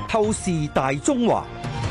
透視大中華。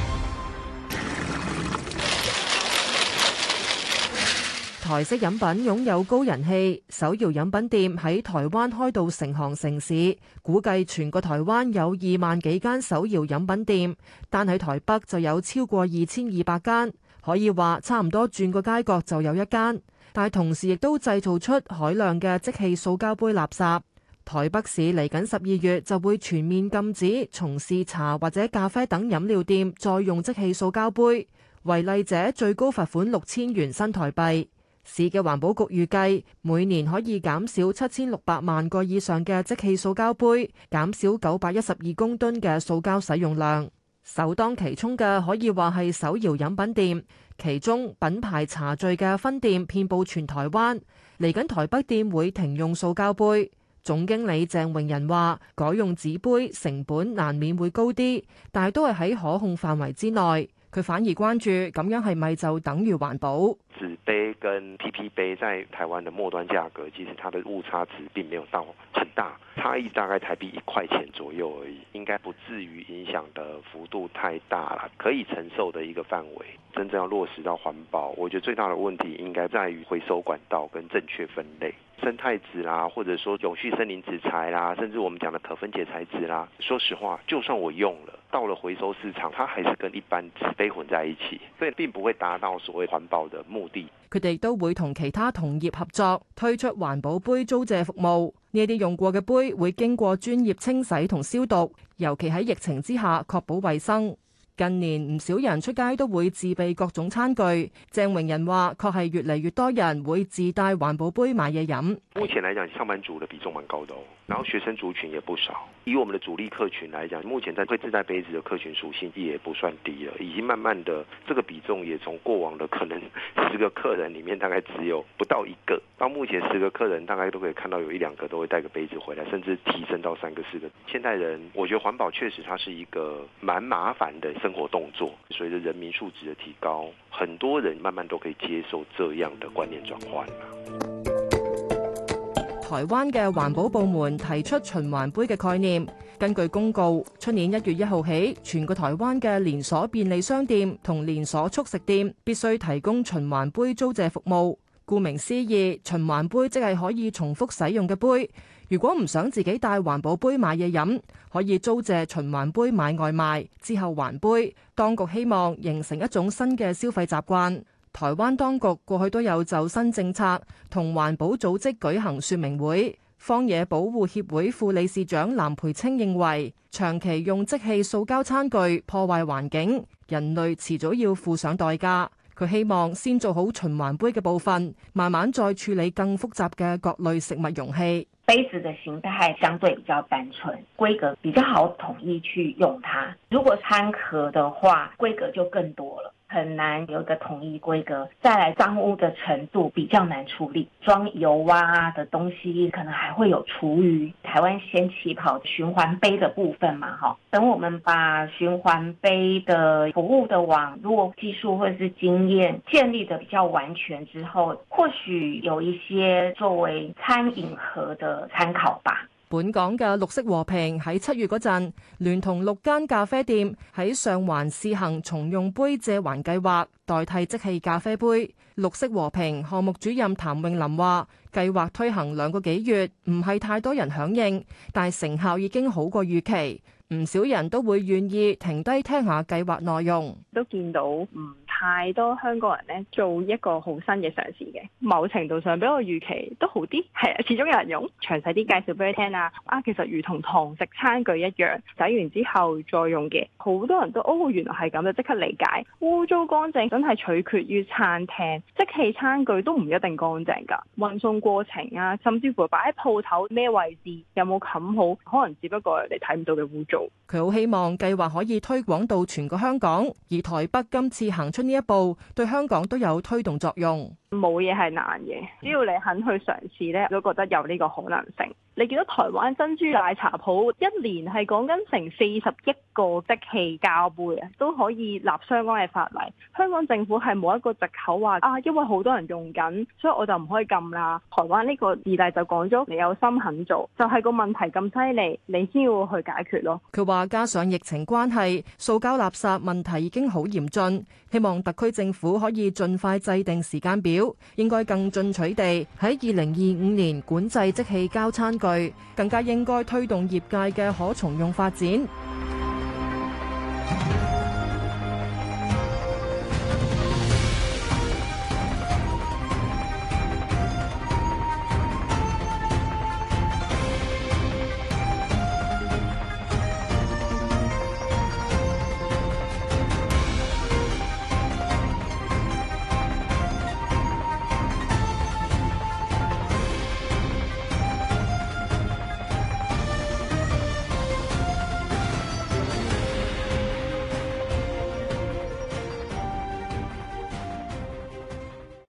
台式飲品擁有高人氣，手搖飲品店喺台灣開到成行成市，估計全個台灣有2萬幾間手搖飲品店，但喺台北就有超過2200間，可以話差唔多轉個街角就有一間。但同時亦都製造出海量嘅即棄塑膠杯垃圾。台北市嚟緊12月就會全面禁止從事茶或者咖啡等飲料店再用即棄塑膠杯，違例者最高罰款6000元新台幣。市嘅環保局預計每年可以減少7600萬個以上嘅即棄塑膠杯，減少912公噸嘅塑膠使用量。首當其衝嘅可以話係手搖飲品店，其中品牌茶聚嘅分店遍佈全台灣。嚟緊台北店會停用塑膠杯。總經理鄭榮仁話：改用紙杯成本難免會高啲，但係都係喺可控範圍之內。佢反而關注咁樣係咪就等於環保？ 紙杯跟 PP 杯在台灣的末端價格，其實它的誤差值並沒有到很大，差異大概台幣1塊錢左右而已，應該不至於影響的幅度太大了，可以承受的一個範圍。真正要落實到環保，我覺得最大的問題應該在於回收管道跟正確分類。生態紙啦，或者說永續森林紙材啦，甚至我們講的可分解材質啦，說實話，就算我用了，到了回收市場，它還是跟一般紙杯混在一起，所以並不會達到所謂環保的目的。 佢哋都會同其他同業合作，推出環保杯租借服務。呢啲用過嘅杯會經過專業清洗同消毒，尤其喺疫情之下，確保衛生。近年唔少人出街都會自備各種餐具，鄭榮仁話確係越嚟越多人會自帶環保杯買嘢飲。 目前來講，上班族的比重蠻高的，然後學生族群也不少。以我們的主力客群來講，目前在會自帶杯子的客群屬性也不算低了，已經慢慢的這個比重也從過往的可能10個客人裡面大概只有不到1個，到目前10個客人大概都可以看到有1-2個都會帶個杯子回來，甚至提升到3個4個。現代人，我覺得環保確實它是一個蠻麻煩的生活動作，隨着人民素質的提高，很多人慢慢都可以接受這樣的觀念轉換。 台灣嘅環保部門提出循環杯嘅概念。根據公告，出年1月1號起，全個台灣嘅連鎖便利商店同連鎖速食店必須提供循環杯租借服務。顧名思義，循環杯即係可以重複使用嘅杯。如果唔想自己帶環保杯買嘢飲，可以租借循環杯買外賣，之後還杯。當局希望形成一種新嘅消費習慣。台灣當局過去都有就新政策同環保組織舉行說明會。荒野保護協會副理事長藍培清認為，長期用即棄塑膠餐具破壞環境，人類遲早要付上代價。佢希望先做好循環杯嘅部分，慢慢再處理更複雜嘅各類食物容器。 杯子的形態相對比較單純，規格比較好統一去用它。如果餐盒的話，規格就更多了。很難有一個統一規格，再來髒污的程度比較難處理，裝油啊的東西可能還會有廚餘。台灣先起跑循環杯的部分嘛，等我們把循環杯的服務的網絡技術或者是經驗建立得比較完全之後，或許有一些作為餐飲盒的參考吧。 本港嘅綠色和平喺7月嗰陣，聯同6間咖啡店喺上環試行重用杯借還計劃，代替即棄咖啡杯。綠色和平項目主任譚詠琳話：計劃推行2個幾月，唔係太多人響應，但係成效已經好過預期，唔少人都會願意停低聽下計劃內容。 都見到唔太多香港人咧做一個好新嘅嘗試嘅，某程度上比我預期都好啲，係啊，始終有人用。詳細啲介紹俾你聽啊！其實如同堂食餐具一樣，洗完之後再用嘅，好多人都原來係咁，就即刻理解。污糟乾淨真係取決於餐廳，即棄餐具都唔一定乾淨㗎。運送過程啊，甚至乎擺喺鋪頭咩位置，有冇冚好，可能只不過你睇唔到嘅污糟。 佢好希望計劃可以推廣到全個香港，而台北今次行出呢一步，對香港都有推動作用。 冇嘢係難嘅，只要你肯去嘗試咧，都覺得有呢個可能性。你見到台灣珍珠奶茶鋪一年係講緊成40億個即棄膠杯啊，都可以立相關嘅法例。香港政府係冇一個藉口話因為好多人用緊，所以我就唔可以禁啦。台灣呢個議例就講咗，你有心肯做，就係個問題咁犀利，你先要去解決咯。 佢話加上疫情關係，塑膠垃圾問題已經好嚴峻，希望特區政府可以盡快制定時間表，應該更進取地喺2025年管制即棄膠餐具，更加應該推動業界嘅可重用發展。